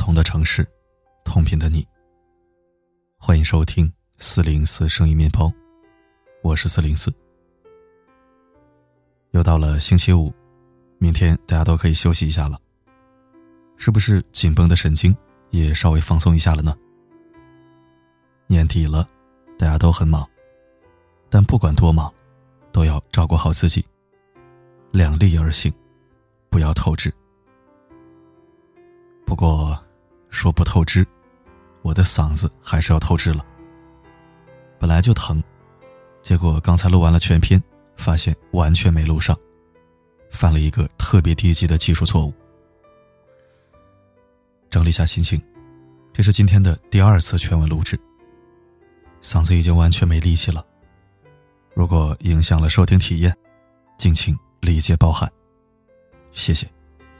同的城市，同频的你。欢迎收听404声音面包，我是404。又到了星期五，明天大家都可以休息一下了，是不是紧绷的神经也稍微放松一下了呢？年底了，大家都很忙，但不管多忙，都要照顾好自己，量力而行，不要透支。不过说不透支，我的嗓子还是要透支了。本来就疼，结果刚才录完了全篇，发现完全没录上，犯了一个特别低级的技术错误。整理一下心情，这是今天的第2次全文录制，嗓子已经完全没力气了，如果影响了收听体验，敬请理解包涵，谢谢。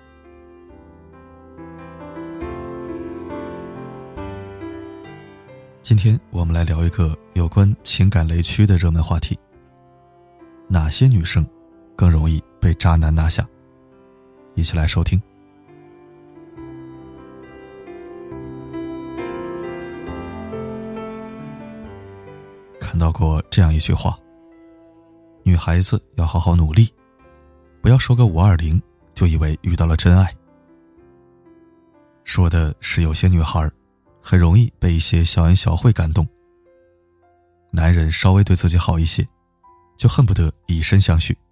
今天我们来聊一个有关情感雷区的热门话题，哪些女生更容易被渣男拿下？一起来收听。看到过这样一句话，女孩子要好好努力，不要说个520就以为遇到了真爱。说的是有些女孩很容易被一些小恩小惠感动，男人稍微对自己好一些，就恨不得以身相许。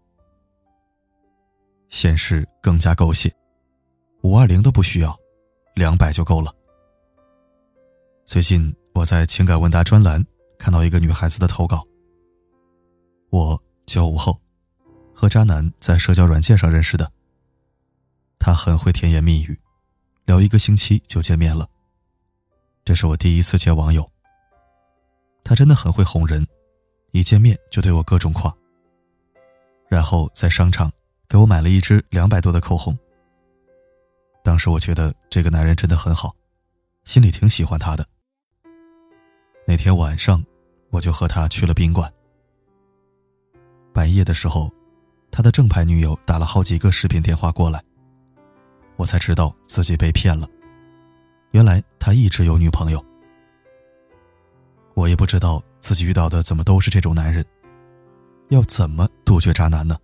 现实更加狗血，520都不需要，200就够了。最近我在情感问答专栏看到一个女孩子的投稿，我95后，和渣男在社交软件上认识的，他很会甜言蜜语，聊1个星期就见面了。这是我第一次见网友，他真的很会哄人，一见面就对我各种夸，然后在商场给我买了一支200多的口红。当时我觉得这个男人真的很好，心里挺喜欢他的。那天晚上我就和他去了宾馆，半夜的时候，他的正牌女友打了好几个视频电话过来，我才知道自己被骗了，原来他一直有女朋友。我也不知道自己遇到的怎么都是这种男人，要怎么杜绝渣男呢？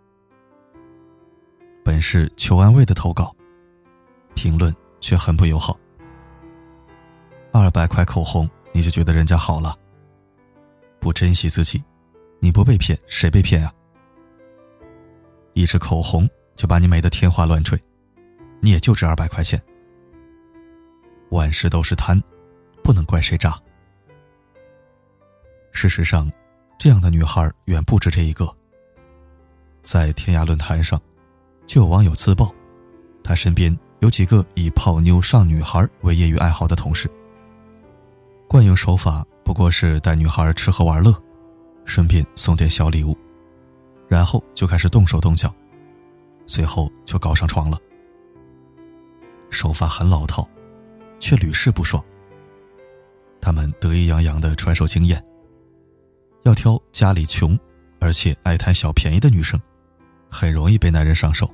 本是求安慰的投稿，评论却很不友好。200块口红你就觉得人家好了？不珍惜自己，你不被骗谁被骗啊？一支口红就把你美得天花乱坠，你也就值200块钱。万事都是贪，不能怪谁渣。事实上，这样的女孩远不止这一个。在天涯论坛上，就有网友自曝，他身边有几个以泡妞上女孩为业余爱好的同事，惯用手法不过是带女孩吃喝玩乐，顺便送点小礼物，然后就开始动手动脚，最后就搞上床了。手法很老套，却屡试不爽。他们得意洋洋地传授经验，要挑家里穷而且爱贪小便宜的女生，很容易被男人上手。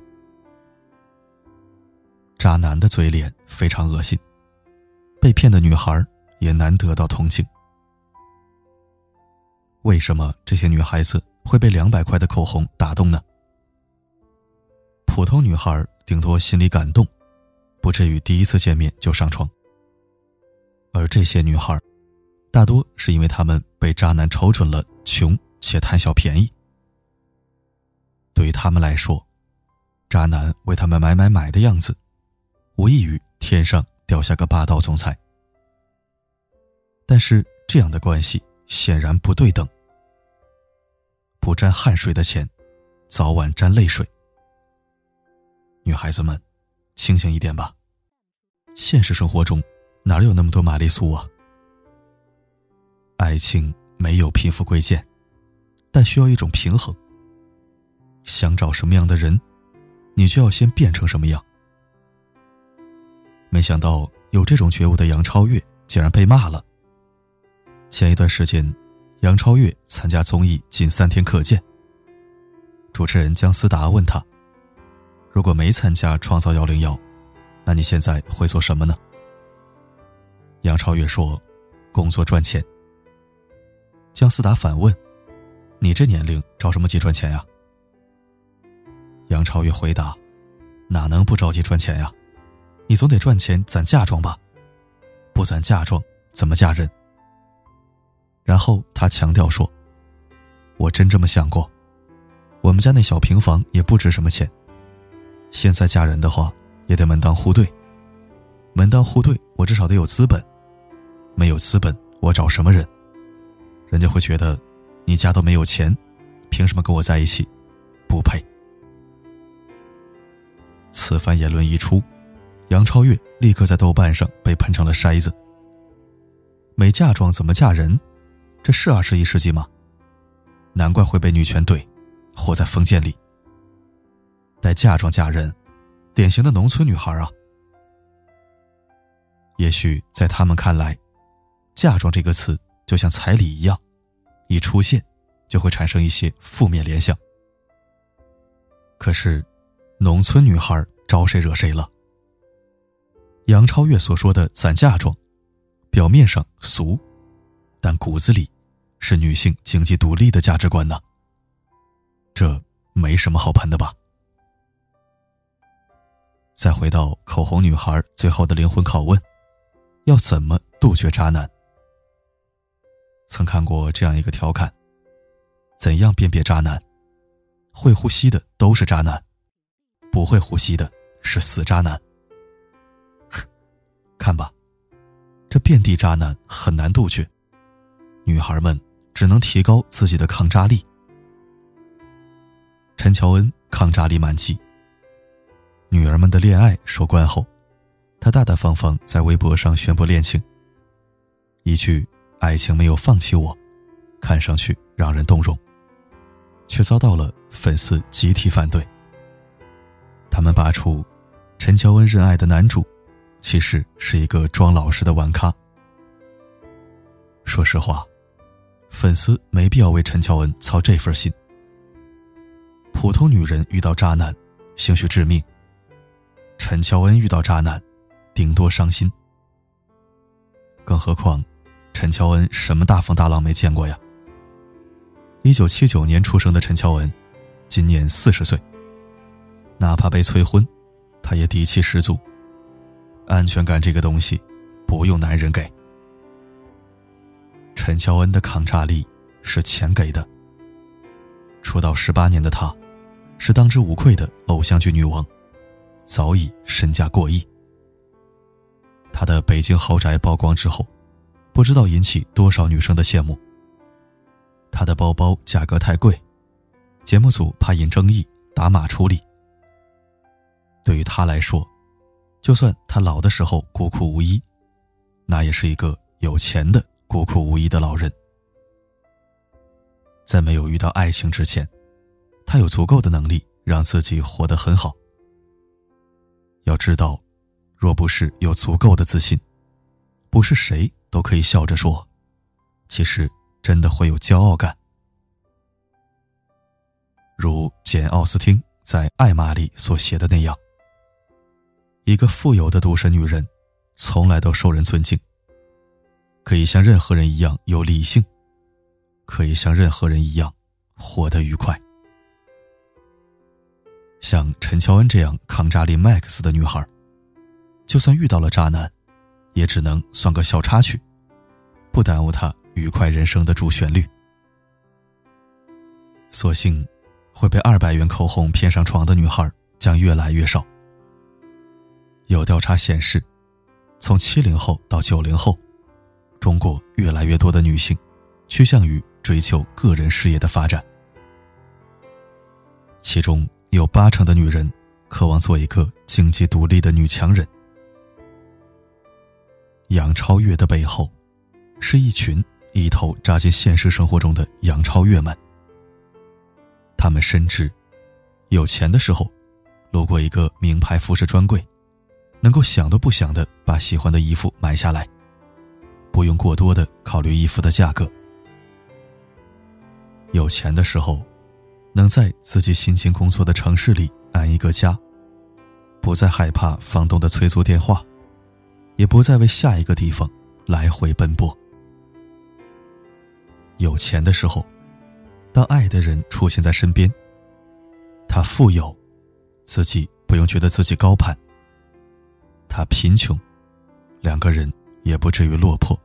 渣男的嘴脸非常恶心，被骗的女孩也难得到同情。为什么这些女孩子会被200块的口红打动呢？普通女孩顶多心里感动，不至于第一次见面就上床。而这些女孩大多是因为她们被渣男瞅准了穷且贪小便宜。对于她们来说，渣男为她们买的样子，无异于天上掉下个霸道总裁。但是这样的关系显然不对等，不沾汗水的钱，早晚沾泪水。女孩子们，清醒一点吧，现实生活中哪有那么多玛丽苏啊？爱情没有贫富贵贱，但需要一种平衡。想找什么样的人，你就要先变成什么样。没想到有这种觉悟的杨超越竟然被骂了。前一段时间，杨超越参加综艺近3天可见，主持人姜思达问他，如果没参加创造101，那你现在会做什么呢？ 杨超越说，工作赚钱。姜思达反问，你这年龄着什么急赚钱呀？杨超越回答，哪能不着急赚钱呀？你总得赚钱攒嫁妆吧，不攒嫁妆怎么嫁人？然后他强调说，我真这么想过，我们家那小平房也不值什么钱，现在嫁人的话也得门当户对，门当户对我至少得有资本，没有资本我找什么人？人家会觉得你家都没有钱，凭什么跟我在一起？不配。此番言论一出，杨超越立刻在豆瓣上被喷成了筛子。没嫁妆怎么嫁人？这是21世纪吗？难怪会被女权怼，活在封建里。带嫁妆嫁人，典型的农村女孩啊。也许在他们看来，嫁妆这个词就像彩礼一样，一出现就会产生一些负面联想。可是农村女孩招谁惹谁了？杨超越所说的攒嫁妆，表面上俗，但骨子里是女性经济独立的价值观呢。这没什么好喷的吧？再回到口红女孩最后的灵魂拷问，要怎么杜绝渣男？曾看过这样一个调侃，怎样辨别渣男？会呼吸的都是渣男，不会呼吸的是死渣男。看吧，这遍地渣男很难杜绝，女孩们只能提高自己的抗渣力。陈乔恩抗渣力满级，女儿们的恋爱收官后，她大大方方在微博上宣布恋情，一句爱情没有放弃我，看上去让人动容，却遭到了粉丝集体反对。他们扒出陈乔恩认爱的男主其实是一个装老实的玩咖。说实话，粉丝没必要为陈乔恩操这份心。普通女人遇到渣男兴许致命，陈乔恩遇到渣男顶多伤心。更何况陈乔恩什么大风大浪没见过呀。1979年出生的陈乔恩今年40岁，哪怕被催婚，她也底气十足。安全感这个东西不用男人给。陈乔恩的抗渣力是钱给的。出道18年的她是当之无愧的偶像剧女王，早已身价过亿。她的北京豪宅曝光之后，不知道引起多少女生的羡慕。她的包包价格太贵，节目组怕引争议打码处理。对于她来说，就算她老的时候孤苦无依，那也是一个有钱的孤苦无依的老人。在没有遇到爱情之前，她有足够的能力让自己活得很好。要知道，若不是有足够的自信，不是谁都可以笑着说，其实真的会有骄傲感。如简·奥斯汀在《艾玛》里所写的那样，一个富有的独身女人从来都受人尊敬，可以像任何人一样有理性，可以像任何人一样活得愉快。像陈乔恩这样抗渣力 max 的女孩，就算遇到了渣男，也只能算个小插曲，不耽误她愉快人生的主旋律。所幸会被200元口红骗上床的女孩将越来越少。有调查显示，从70后到90后，中国越来越多的女性趋向于追求个人事业的发展，其中有80%的女人渴望做一个经济独立的女强人。杨超越的背后，是一群一头扎进现实生活中的杨超越们。他们深知，有钱的时候，路过一个名牌服饰专柜，能够想都不想的把喜欢的衣服买下来，不用过多的考虑衣服的价格。有钱的时候，能在自己辛勤工作的城市里安一个家，不再害怕房东的催促电话，也不再为下一个地方来回奔波。有钱的时候，当爱的人出现在身边，他富有，自己不用觉得自己高攀；他贫穷，两个人也不至于落魄。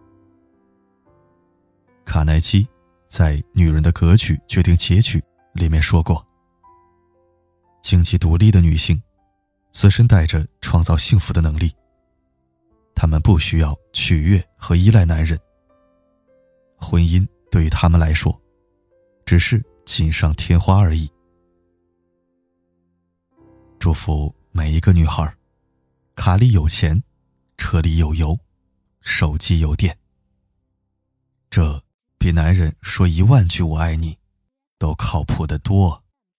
卡耐基在《女人的格局决定结局》里面说过，经济独立的女性自身带着创造幸福的能力，她们不需要取悦和依赖男人，婚姻对于她们来说只是锦上添花而已。祝福每一个女孩，卡里有钱，车里有油，手机有电，这比男人说10000句我爱你都靠谱得多。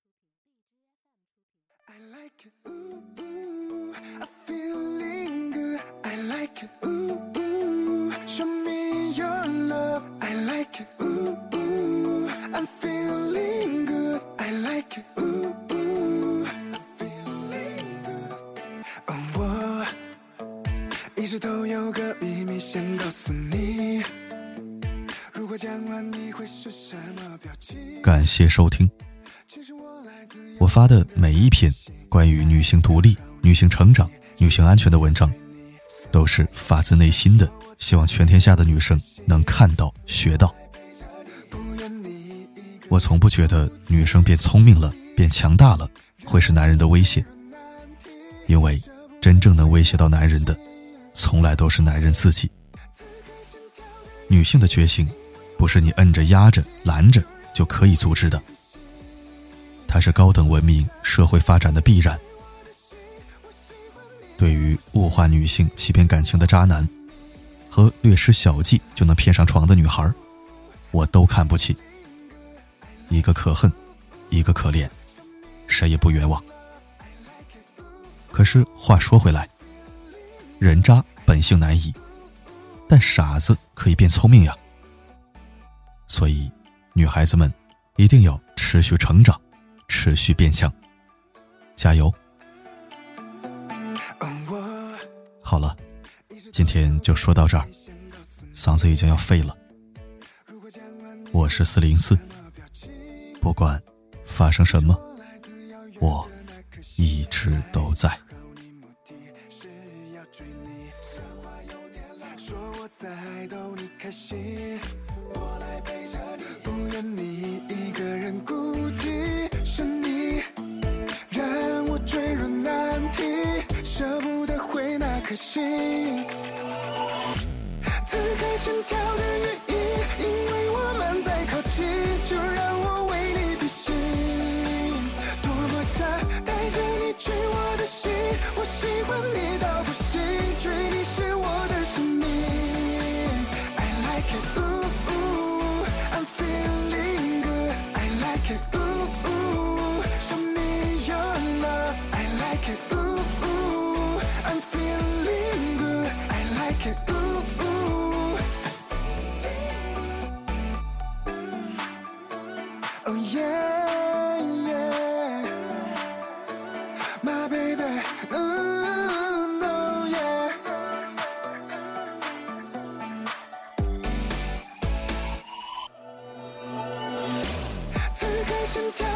一直都有个秘密想告诉你，如果讲完你会是什么表情？ 感谢收听。我发的每一篇关于女性独立、女性成长、女性安全的文章，都是发自内心的，希望全天下的女生能看到、学到。我从不觉得女生变聪明了、变强大了会是男人的威胁，因为真正能威胁到男人的从来都是男人自己。女性的觉醒不是你摁着压着拦着就可以阻止的，它是高等文明社会发展的必然。对于物化女性欺骗感情的渣男和略施小计就能骗上床的女孩，我都看不起，一个可恨，一个可怜，谁也不冤枉。可是话说回来，人渣本性难移，但傻子可以变聪明呀。所以女孩子们一定要持续成长，持续变强，加油。好了，今天就说到这儿，嗓子已经要废了。我是404，不管发生什么，我一直都在。 说我在逗你开心，我来陪着你，不愿你一个人孤寂，是你让我坠入难题，舍不得回那颗心。此刻心跳的原因，因为我们在靠近，就让我为你披星，多么想带着你去我的心，我喜欢你到不行，追你是我的生命。I like it, ooh, ooh, I'm feeling good. I like it, ooh, ooh, show me your love. I like it, ooh, ooh, I'm feeling good. I like it, ooh, ooh. Oh yeah, yeah, my baby, ooh, no, yeah. 此刻心跳